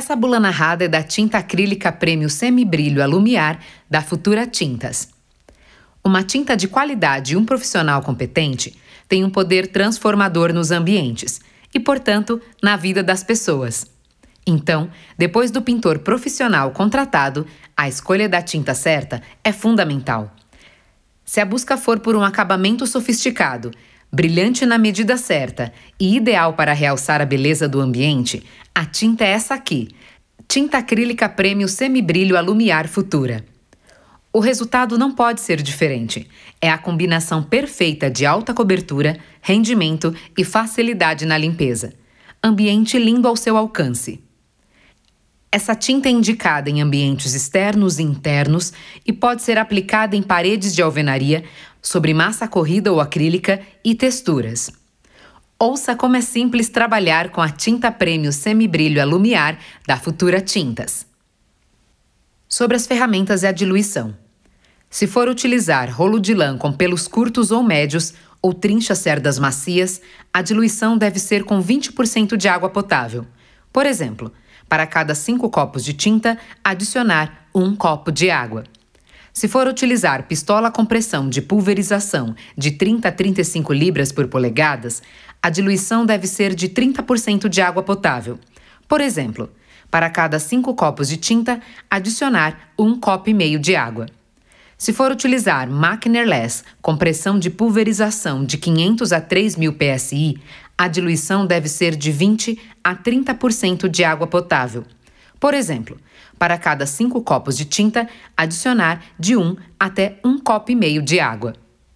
Essa bula narrada é da tinta acrílica Prêmio Semibrilho Alumiar da Futura Tintas. Uma tinta de qualidade e um profissional competente tem um poder transformador nos ambientes e, portanto, na vida das pessoas. Então, depois do pintor profissional contratado, a escolha da tinta certa é fundamental. Se a busca for por um acabamento sofisticado, brilhante na medida certa e ideal para realçar a beleza do ambiente, a tinta é essa aqui, Tinta Acrílica Prêmio Semibrilho Alumiar Futura. O resultado não pode ser diferente. É a combinação perfeita de alta cobertura, rendimento e facilidade na limpeza. Ambiente lindo ao seu alcance. Essa tinta é indicada em ambientes externos e internos e pode ser aplicada em paredes de alvenaria, sobre massa corrida ou acrílica e texturas. Ouça como é simples trabalhar com a tinta Prêmio Semibrilho Alumiar da Futura Tintas. Sobre as ferramentas e a diluição. Se for utilizar rolo de lã com pelos curtos ou médios ou trincha cerdas macias, a diluição deve ser com 20% de água potável. Por exemplo, para cada 5 copos de tinta, adicionar 1 copo de água. Se for utilizar pistola com pressão de pulverização de 30 a 35 libras por polegadas, a diluição deve ser de 30% de água potável. Por exemplo, para cada 5 copos de tinta, adicionar 1 copo e meio de água. Se for utilizar máquina airless com pressão de pulverização de 500 a 3.000 psi, a diluição deve ser de 20 a 30% de água potável. Por exemplo, para cada 5 copos de tinta, adicionar de 1 até 1 copo e meio de água.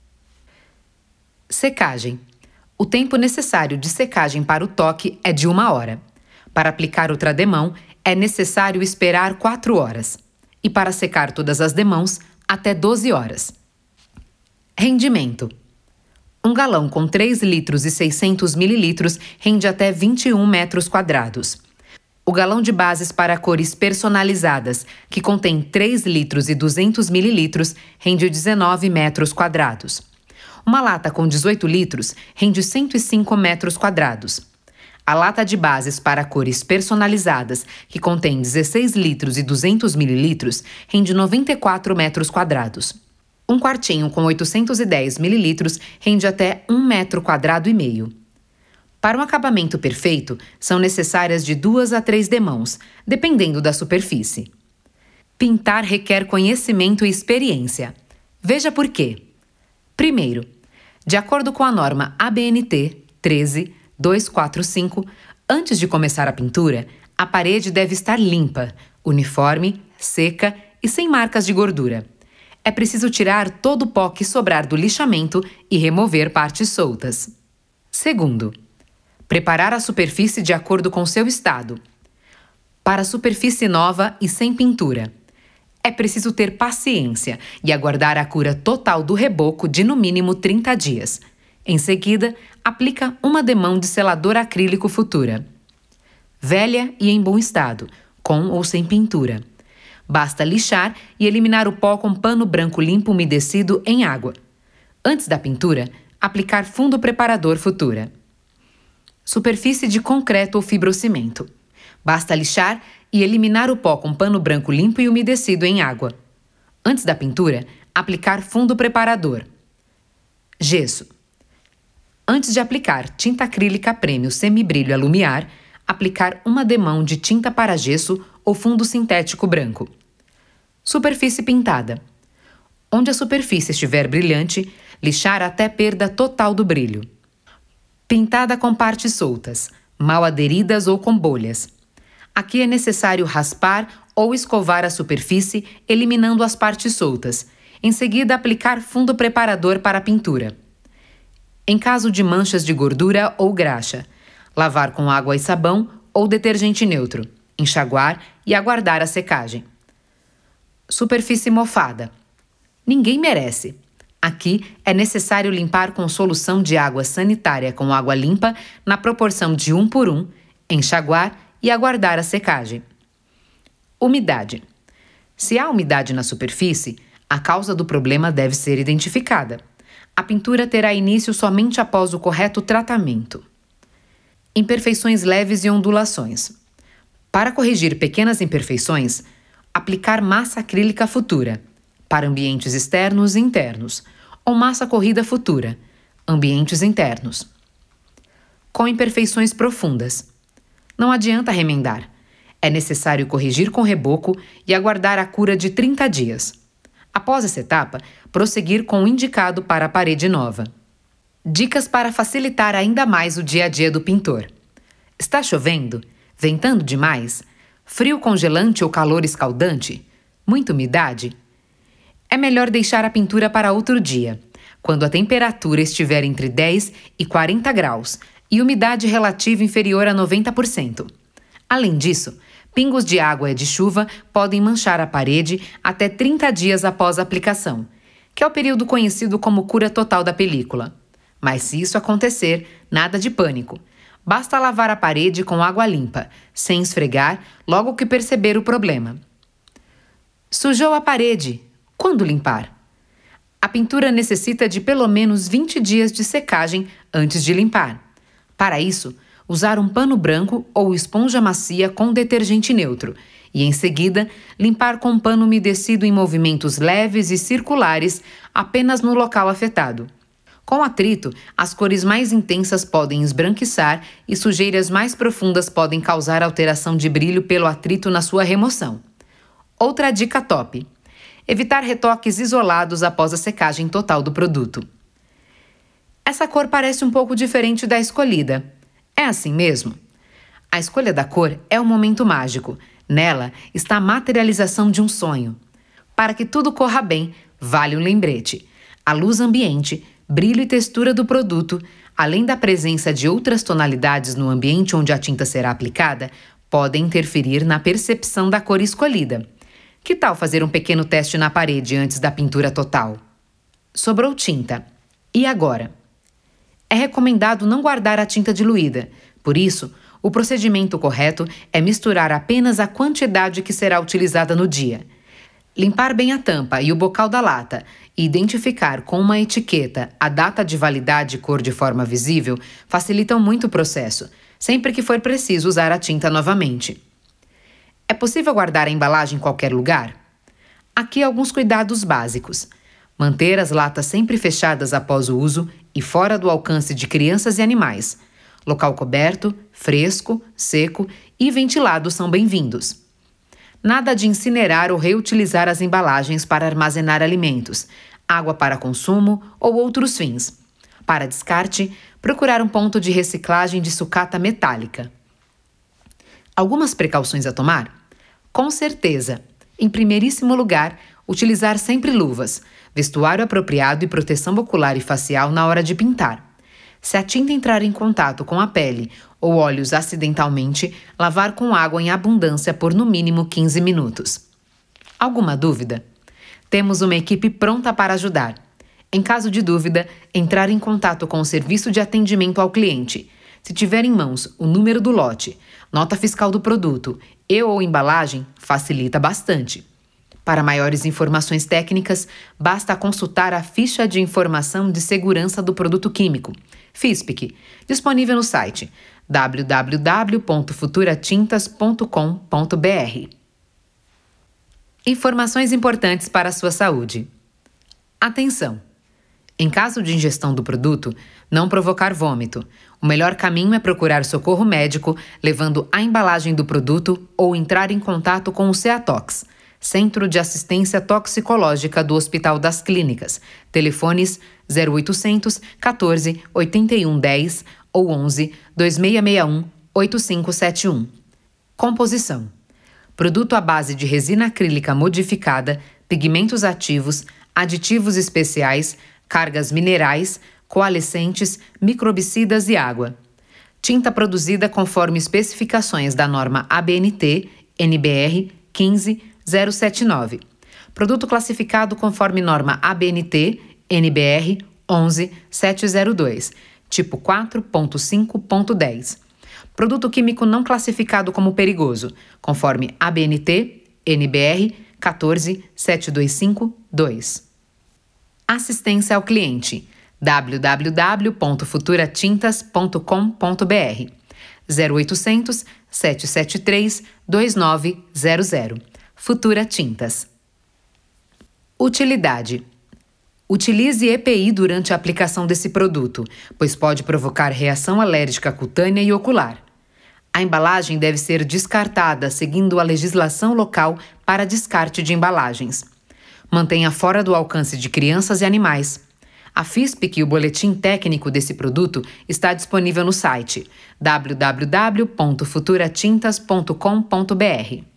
Secagem. O tempo necessário de secagem para o toque é de 1 hora. Para aplicar outra demão, é necessário esperar 4 horas. E para secar todas as demãos, até 12 horas. Rendimento. Um galão com 3 litros e 600 mililitros rende até 21 metros quadrados. O galão de bases para cores personalizadas, que contém 3 litros e 200 mililitros, rende 19 metros quadrados. Uma lata com 18 litros rende 105 metros quadrados. A lata de bases para cores personalizadas, que contém 16 litros e 200 mililitros, rende 94 metros quadrados. Um quartinho com 810 mililitros rende até 1 metro quadrado e meio. Para um acabamento perfeito, são necessárias de 2 a 3 demãos, dependendo da superfície. Pintar requer conhecimento e experiência. Veja por quê. Primeiro, de acordo com a norma ABNT 13245, antes de começar a pintura, a parede deve estar limpa, uniforme, seca e sem marcas de gordura. É preciso tirar todo o pó que sobrar do lixamento e remover partes soltas. Segundo, preparar a superfície de acordo com seu estado. Para a superfície nova e sem pintura, é preciso ter paciência e aguardar a cura total do reboco de no mínimo 30 dias. Em seguida, aplica uma demão de selador acrílico Futura. Velha e em bom estado, com ou sem pintura. Basta lixar e eliminar o pó com pano branco limpo umedecido em água. Antes da pintura, aplicar fundo preparador Futura. Superfície de concreto ou fibrocimento. Basta lixar e eliminar o pó com pano branco limpo e umedecido em água. Antes da pintura, aplicar fundo preparador. Gesso. Antes de aplicar tinta acrílica Prêmio Semibrilho Alumiar, aplicar uma demão de tinta para gesso ou fundo sintético branco. Superfície pintada. Onde a superfície estiver brilhante, lixar até perda total do brilho. Pintada com partes soltas, mal aderidas ou com bolhas. Aqui é necessário raspar ou escovar a superfície, eliminando as partes soltas. Em seguida, aplicar fundo preparador para a pintura. Em caso de manchas de gordura ou graxa, lavar com água e sabão ou detergente neutro, enxaguar e aguardar a secagem. Superfície mofada. Ninguém merece. Aqui é necessário limpar com solução de água sanitária com água limpa na proporção de 1 por 1, enxaguar e aguardar a secagem. Umidade. Se há umidade na superfície, a causa do problema deve ser identificada. A pintura terá início somente após o correto tratamento. Imperfeições leves e ondulações. Para corrigir pequenas imperfeições, aplicar massa acrílica futura, para ambientes externos e internos, ou massa corrida futura, ambientes internos. Com imperfeições profundas, não adianta remendar. É necessário corrigir com reboco e aguardar a cura de 30 dias. Após essa etapa, prosseguir com o indicado para a parede nova. Dicas para facilitar ainda mais o dia a dia do pintor. Está chovendo? Ventando demais? Frio congelante ou calor escaldante? Muita umidade? É melhor deixar a pintura para outro dia, quando a temperatura estiver entre 10 e 40 graus e umidade relativa inferior a 90%. Além disso, pingos de água e de chuva podem manchar a parede até 30 dias após a aplicação, que é o período conhecido como cura total da película. Mas se isso acontecer, nada de pânico. Basta lavar a parede com água limpa, sem esfregar, logo que perceber o problema. Sujou a parede. Quando limpar? A pintura necessita de pelo menos 20 dias de secagem antes de limpar. Para isso, usar um pano branco ou esponja macia com detergente neutro e, em seguida, limpar com um pano umedecido em movimentos leves e circulares apenas no local afetado. Com atrito, as cores mais intensas podem esbranquiçar e sujeiras mais profundas podem causar alteração de brilho pelo atrito na sua remoção. Outra dica top: evitar retoques isolados após a secagem total do produto. Essa cor parece um pouco diferente da escolhida. É assim mesmo? A escolha da cor é um momento mágico. Nela está a materialização de um sonho. Para que tudo corra bem, vale um lembrete: a luz ambiente, brilho e textura do produto, além da presença de outras tonalidades no ambiente onde a tinta será aplicada, podem interferir na percepção da cor escolhida. Que tal fazer um pequeno teste na parede antes da pintura total? Sobrou tinta. E agora? É recomendado não guardar a tinta diluída. Por isso, o procedimento correto é misturar apenas a quantidade que será utilizada no dia. Limpar bem a tampa e o bocal da lata e identificar com uma etiqueta a data de validade e cor de forma visível facilitam muito o processo, sempre que for preciso usar a tinta novamente. É possível guardar a embalagem em qualquer lugar? Aqui alguns cuidados básicos. Manter as latas sempre fechadas após o uso e fora do alcance de crianças e animais. Local coberto, fresco, seco e ventilado são bem-vindos. Nada de incinerar ou reutilizar as embalagens para armazenar alimentos, água para consumo ou outros fins. Para descarte, procurar um ponto de reciclagem de sucata metálica. Algumas precauções a tomar? Com certeza. Em primeiríssimo lugar, utilizar sempre luvas, vestuário apropriado e proteção ocular e facial na hora de pintar. Se a tinta entrar em contato com a pele ou olhos acidentalmente, lavar com água em abundância por no mínimo 15 minutos. Alguma dúvida? Temos uma equipe pronta para ajudar. Em caso de dúvida, entrar em contato com o serviço de atendimento ao cliente. Se tiver em mãos o número do lote, nota fiscal do produto ou embalagem, facilita bastante. Para maiores informações técnicas, basta consultar a Ficha de Informação de Segurança do Produto Químico, FISPIC, disponível no site www.futuratintas.com.br. Informações importantes para a sua saúde. Atenção! Em caso de ingestão do produto, não provocar vômito. O melhor caminho é procurar socorro médico, levando a embalagem do produto ou entrar em contato com o CEATOX, Centro de Assistência Toxicológica do Hospital das Clínicas. Telefones 0800 14 81 10 ou 11 2661 8571. Composição: produto à base de resina acrílica modificada, pigmentos ativos, aditivos especiais, cargas minerais, coalescentes, microbicidas e água. Tinta produzida conforme especificações da norma ABNT NBR 15079. Produto classificado conforme norma ABNT NBR 11702, tipo 4.5.10. Produto químico não classificado como perigoso, conforme ABNT NBR 14725-2. Assistência ao cliente: www.futuratintas.com.br 0800 773 2900. Futura Tintas. Utilidade. Utilize EPI durante a aplicação desse produto, pois pode provocar reação alérgica cutânea e ocular. A embalagem deve ser descartada seguindo a legislação local para descarte de embalagens. Mantenha fora do alcance de crianças e animais. A FISPIC e o boletim técnico desse produto está disponível no site www.futuratintas.com.br.